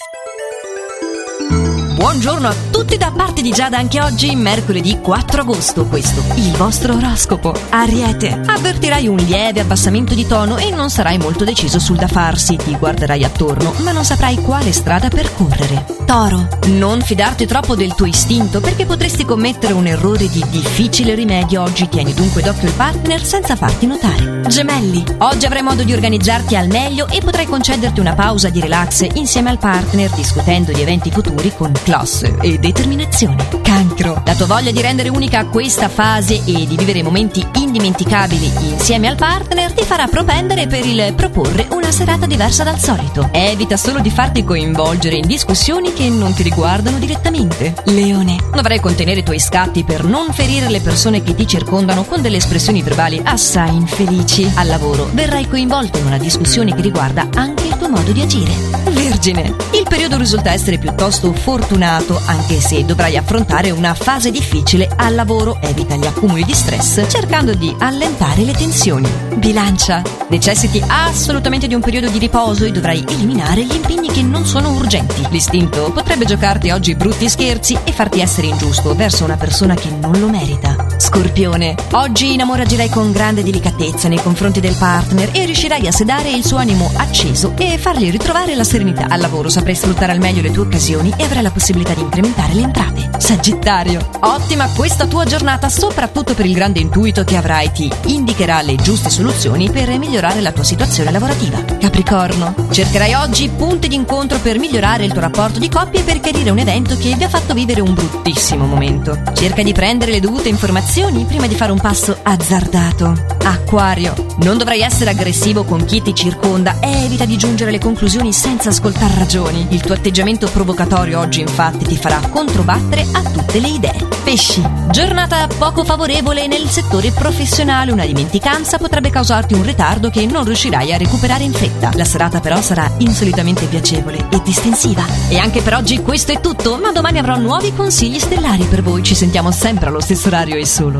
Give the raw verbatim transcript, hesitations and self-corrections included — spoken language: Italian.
Buongiorno a tutti da parte di Giada, anche oggi, mercoledì quattro agosto. Questo, il vostro oroscopo. Ariete, avvertirai un lieve abbassamento di tono e non sarai molto deciso sul da farsi. Ti guarderai attorno, ma non saprai quale strada percorrere. Toro, non fidarti troppo del tuo istinto, perché potresti commettere un errore di difficile rimedio oggi. Tieni dunque d'occhio il partner senza farti notare. Gemelli, oggi avrai modo di organizzarti al meglio e potrai concederti una pausa di relax insieme al partner, discutendo di eventi futuri con classe e determinazione. Cancro, la tua voglia di rendere unica questa fase e di vivere momenti indimenticabili insieme al partner ti farà propendere per il proporre una serata diversa dal solito. Evita solo di farti coinvolgere in discussioni che non ti riguardano direttamente. Leone, dovrai contenere i tuoi scatti per non ferire le persone che ti circondano con delle espressioni verbali assai infelici. Al lavoro verrai coinvolto in una discussione che riguarda anche il tuo modo di agire. Vergine, il periodo risulta essere piuttosto fortunato, anche se dovrai affrontare una fase difficile al lavoro. Evita gli accumuli di stress cercando di allentare le tensioni. Bilancia, necessiti assolutamente di un periodo di riposo e dovrai eliminare gli impegni che non sono urgenti. L'istinto potrebbe giocarti oggi brutti scherzi e farti essere ingiusto verso una persona che non lo merita. Scorpione, oggi innamorerai con grande delicatezza nei confronti del partner e riuscirai a sedare il suo animo acceso e fargli ritrovare la serenità. Al lavoro saprai sfruttare al meglio le tue occasioni e avrai la possibilità di incrementare le entrate. Sagittario, ottima questa tua giornata, soprattutto per il grande intuito che avrai. Ti indicherà le giuste soluzioni per migliorare la tua situazione lavorativa. Capricorno, cercherai oggi punti di incontro per migliorare il tuo rapporto di coppia e per chiarire un evento che vi ha fatto vivere un bruttissimo momento. Cerca di prendere le dovute informazioni prima di fare un passo azzardato. Acquario, non dovrai essere aggressivo con chi ti circonda e evita di giungere alle conclusioni senza ascoltare ragioni. Il tuo atteggiamento provocatorio oggi infatti ti farà controbattere a tutte le idee. Pesci, giornata poco favorevole nel settore professionale. Una dimenticanza potrebbe causarti un ritardo che non riuscirai a recuperare in fretta. La serata però sarà insolitamente piacevole e distensiva. E anche per oggi questo è tutto, ma domani avrò nuovi consigli stellari per voi. Ci sentiamo sempre allo stesso orario e solo